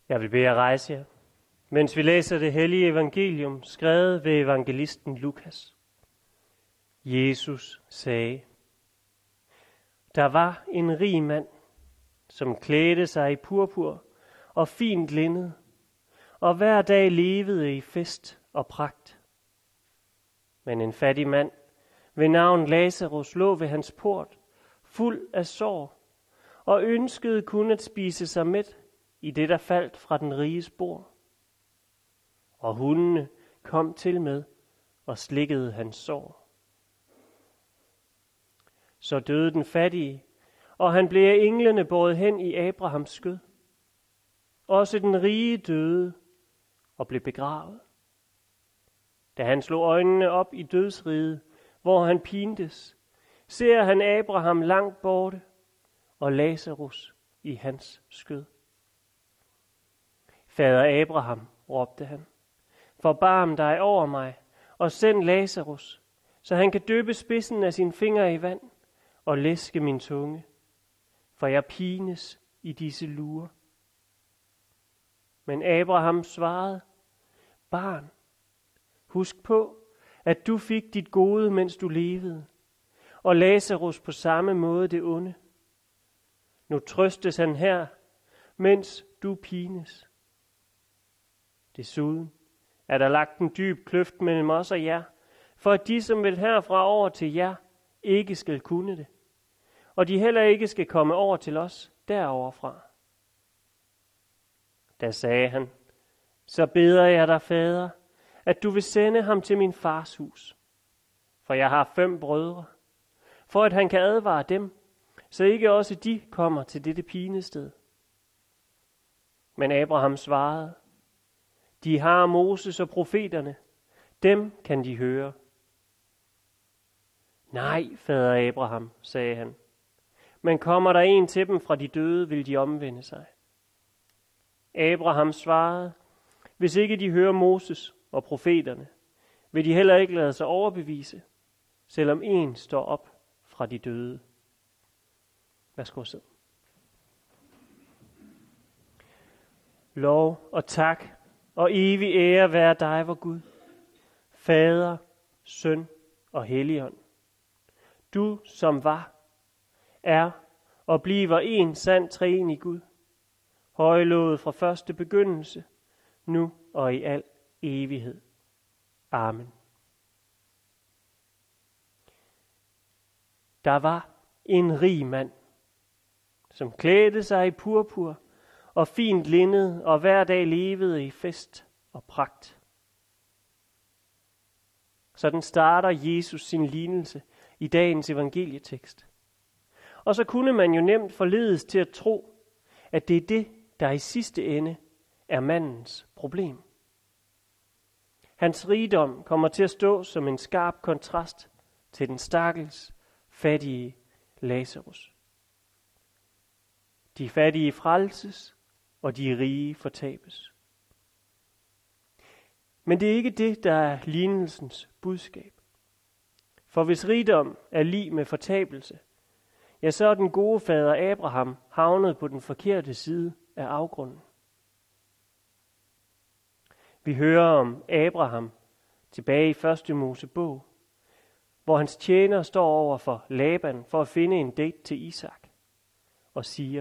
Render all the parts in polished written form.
Jeg vil bede jer rejse jer, mens vi læser det hellige evangelium, skrevet ved evangelisten Lukas. Jesus sagde: Der var en rig mand, som klædte sig i purpur og fint linned, og hver dag levede i fest og pragt. Men en fattig mand ved navn Lazarus lå ved hans port, fuld af sår, og ønskede kun at spise sig mæt i det, der faldt fra den riges bord. Og hundene kom til med og slikkede hans sår. Så døde den fattige, og han blev af englene båret hen i Abrahams skød. Også den rige døde og blev begravet. Da han slog øjnene op i dødsriget, hvor han pintes, ser han Abraham langt borte og Lazarus i hans skød. Fader Abraham, råbte han, forbarm dig over mig og send Lazarus, så han kan døbe spidsen af sine fingre i vand og læske min tunge, for jeg pines i disse lurer. Men Abraham svarede: Barn, husk på, at du fik dit gode, mens du levede, og Lazarus på samme måde det onde. Nu trøstes han her, mens du pines. Desuden er der lagt en dyb kløft mellem os og jer, for at de, som vil herfra over til jer, ikke skal kunne det, og de heller ikke skal komme over til os deroverfra. Da sagde han: Så beder jeg dig, fader, at du vil sende ham til min fars hus, for jeg har 5 brødre, for at han kan advare dem, så ikke også de kommer til dette pinested. Men Abraham svarede: De har Moses og profeterne, dem kan de høre. Nej, fader Abraham, sagde han, men kommer der en til dem fra de døde, vil de omvende sig. Abraham svarede: Hvis ikke de hører Moses og profeterne, vil de heller ikke lade sig overbevise, selvom en står op fra de døde. Værsgo sid. Lov og tak og evig ære være dig, vor Gud, Fader, Søn og Helligånd. Du, som var, er og bliver en sand treenig Gud, højlovet fra første begyndelse, nu og i al evighed. Amen. Der var en rig mand, som klædte sig i purpur og fint linned, og hver dag levede i fest og pragt. Sådan starter Jesus sin lignelse i dagens evangelietekst. Og så kunne man jo nemt forledes til at tro, at det er det, der i sidste ende er mandens problem. Hans rigdom kommer til at stå som en skarp kontrast til den stakkels, fattige Lazarus. De fattige frelses, og de rige fortabes. Men det er ikke det, der er lignelsens budskab. For hvis rigdom er lig med fortabelse, ja, så er den gode fader Abraham havnet på den forkerte side af afgrunden. Vi hører om Abraham tilbage i 1. Mosebog, hvor hans tjener står over for Laban for at finde en date til Isak, og siger: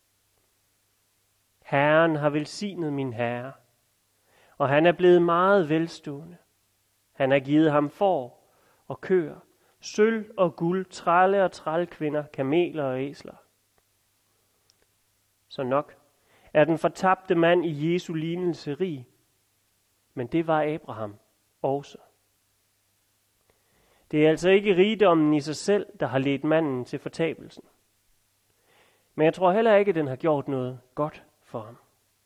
Herren har velsignet min herre, og han er blevet meget velstående. Han har givet ham får og køer, sølv og guld, trælle og trælkvinder, kameler og æsler. Så nok er den fortabte mand i Jesu lignelse rig, men det var Abraham også. Det er altså ikke rigdommen i sig selv, der har ledt manden til fortabelsen. Men jeg tror heller ikke, at den har gjort noget godt for ham.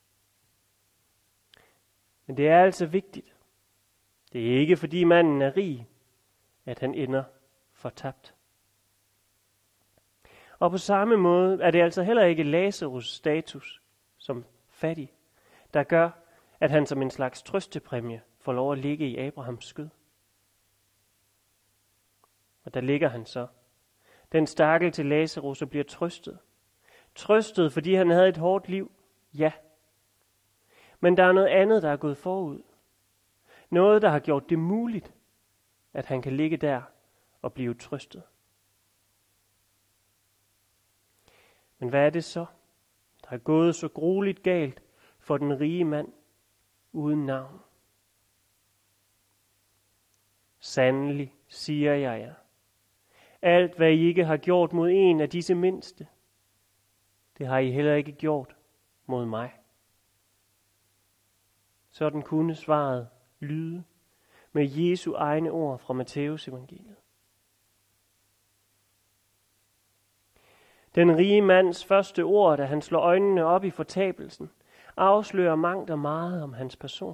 Men det er altså vigtigt. Det er ikke fordi manden er rig, at han ender fortabt. Og på samme måde er det altså heller ikke Lazarus' status som fattig, der gør, at han som en slags trøstepræmie får lov at ligge i Abrahams skød. Og der ligger han så, den stakkel til Lazarus, og bliver trøstet. Trøstet, fordi han havde et hårdt liv, ja. Men der er noget andet, der er gået forud. Noget, der har gjort det muligt, at han kan ligge der og blive trøstet. Men hvad er det så, der er gået så grueligt galt for den rige mand uden navn? Sandelig siger jeg jer, alt hvad I ikke har gjort mod en af disse mindste, det har I heller ikke gjort mod mig. Sådan kunne svaret lyde med Jesu egne ord fra Matthæus evangeliet. Den rige mands første ord, da han slår øjnene op i fortabelsen, afslører mangt og meget om hans person.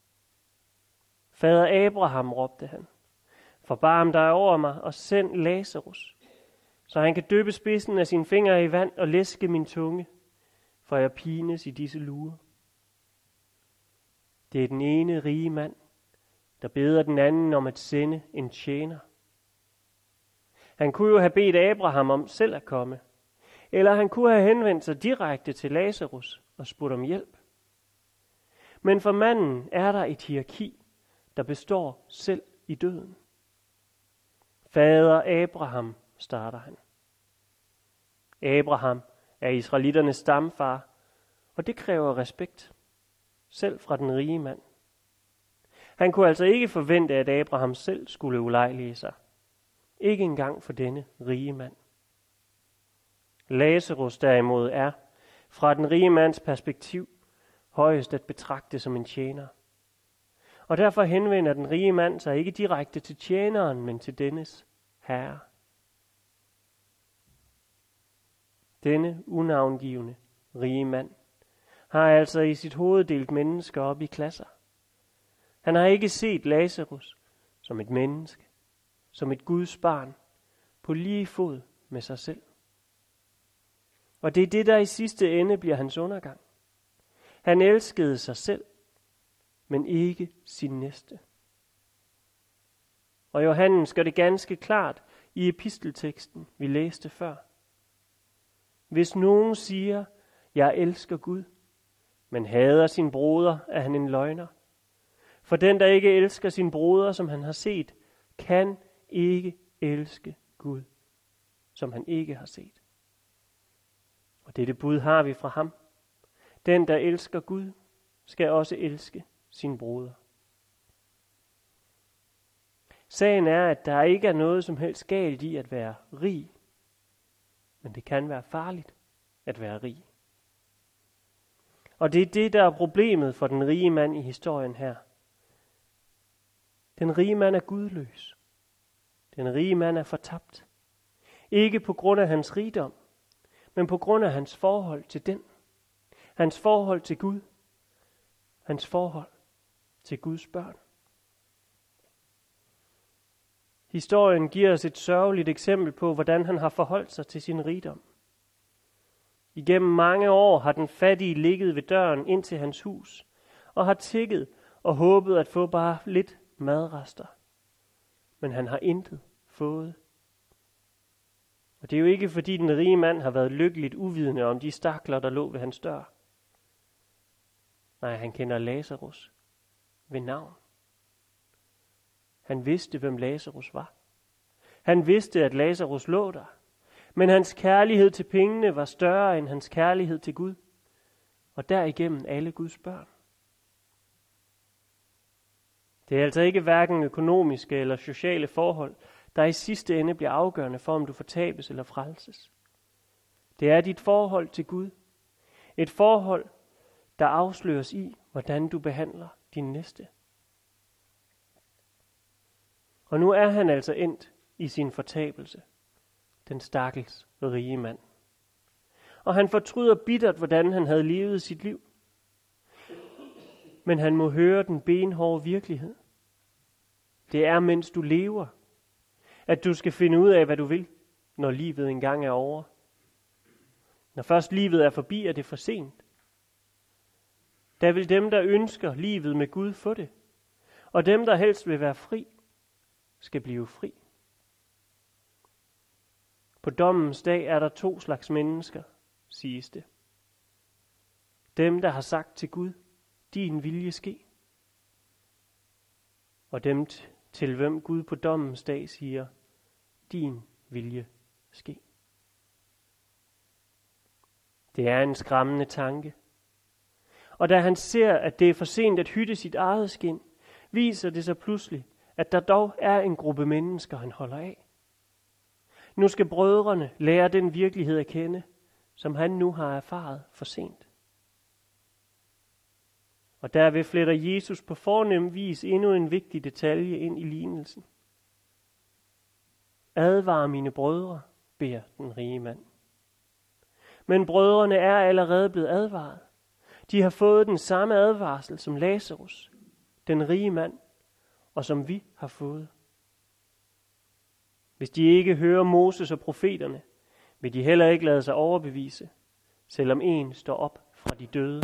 Fader Abraham, råbte han, forbarm dig over mig og send Lazarus, så han kan dyppe spidsen af sine fingre i vand og læske min tunge, for jeg pines i disse lurer. Det er den ene rige mand, der beder den anden om at sende en tjener. Han kunne jo have bedt Abraham om selv at komme, eller han kunne have henvendt sig direkte til Lazarus og spurgt om hjælp. Men for manden er der et hierarki, der består selv i døden. Fader Abraham, starter han. Abraham er israelitternes stamfar, og det kræver respekt, selv fra den rige mand. Han kunne altså ikke forvente, at Abraham selv skulle ulejlige sig. Ikke engang for denne rige mand. Lazarus derimod er, fra den rige mands perspektiv, højest at betragte som en tjener. Og derfor henvender den rige mand sig ikke direkte til tjeneren, men til dennes herre. Denne unavngivne rige mand har altså i sit hoved delt mennesker op i klasser. Han har ikke set Lazarus som et menneske, som et Guds barn, på lige fod med sig selv. Og det er det, der i sidste ende bliver hans undergang. Han elskede sig selv, men ikke sin næste. Og Johannes gør det ganske klart i epistelteksten, vi læste før. Hvis nogen siger, jeg elsker Gud, men hader sin broder, er han en løgner. For den, der ikke elsker sin broder, som han har set, kan ikke elske Gud, som han ikke har set. Og dette bud har vi fra ham. Den, der elsker Gud, skal også elske sin broder. Sagen er, at der ikke er noget som helst galt i at være rig, men det kan være farligt at være rig. Og det er det, der er problemet for den rige mand i historien her. Den rige mand er gudløs. Den rige mand er fortabt. Ikke på grund af hans rigdom, men på grund af hans forhold til den. Hans forhold til Gud. Hans forhold til Guds børn. Historien giver os et sørgeligt eksempel på, hvordan han har forholdt sig til sin rigdom. Igennem mange år har den fattige ligget ved døren ind til hans hus, og har tigget og håbet at få bare lidt madrester. Men han har intet fået. Og det er jo ikke fordi den rige mand har været lykkeligt uvidende om de stakler, der lå ved hans dør. Nej, han kender Lazarus ved navn. Han vidste, hvem Lazarus var. Han vidste, at Lazarus lå der. Men hans kærlighed til pengene var større end hans kærlighed til Gud. Og derigennem alle Guds børn. Det er altså ikke hverken økonomiske eller sociale forhold, der i sidste ende bliver afgørende for, om du fortabes eller frelses. Det er dit forhold til Gud. Et forhold, der afsløres i, hvordan du behandler din næste. Og nu er han altså endt i sin fortabelse, den stakkels rige mand. Og han fortryder bittert, hvordan han havde levet sit liv. Men han må høre den benhårde virkelighed. Det er, mens du lever, at du skal finde ud af, hvad du vil, når livet engang er over. Når først livet er forbi, er det for sent. Der vil dem, der ønsker livet med Gud, få det. Og dem, der helst vil være fri, skal blive fri. På dommens dag er der 2 slags mennesker, siges det. Dem, der har sagt til Gud, din vilje ske. Og dem til hvem Gud på dommens dag siger, din vilje ske. Det er en skræmmende tanke. Og da han ser, at det er for sent at hytte sit eget skind, viser det sig pludselig, at der dog er en gruppe mennesker, han holder af. Nu skal brødrene lære den virkelighed at kende, som han nu har erfaret for sent. Og derved fletter Jesus på fornem vis endnu en vigtig detalje ind i lignelsen. Advar mine brødre, beder den rige mand. Men brødrene er allerede blevet advaret. De har fået den samme advarsel som Lazarus, den rige mand, og som vi har fået. Hvis de ikke hører Moses og profeterne, vil de heller ikke lade sig overbevise, selvom en står op fra de døde.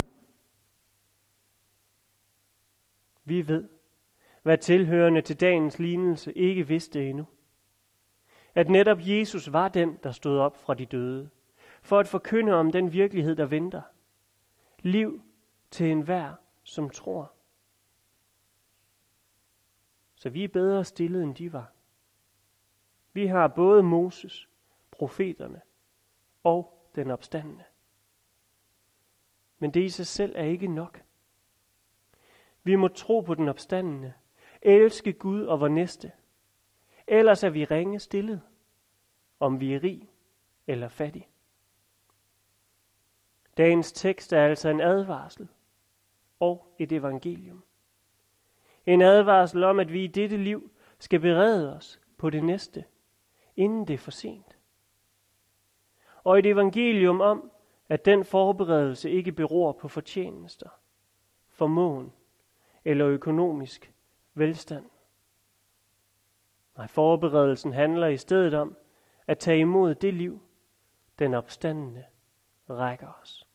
Vi ved, hvad tilhørende til dagens lignelse ikke vidste endnu. At netop Jesus var den, der stod op fra de døde, for at forkynde om den virkelighed, der venter. Liv til enhver, som tror. Så vi er bedre stillet, end de var. Vi har både Moses, profeterne og den opstandne. Men det i sig selv er ikke nok. Vi må tro på den opstandne, elske Gud og vor næste. Ellers er vi ringe stillet, om vi er rig eller fattig. Dagens tekst er altså en advarsel og et evangelium. En advarsel om, at vi i dette liv skal berede os på det næste, inden det er for sent. Og et evangelium om, at den forberedelse ikke beror på fortjenester, formåen eller økonomisk velstand. Nej, forberedelsen handler i stedet om at tage imod det liv, den opstandne rækker os.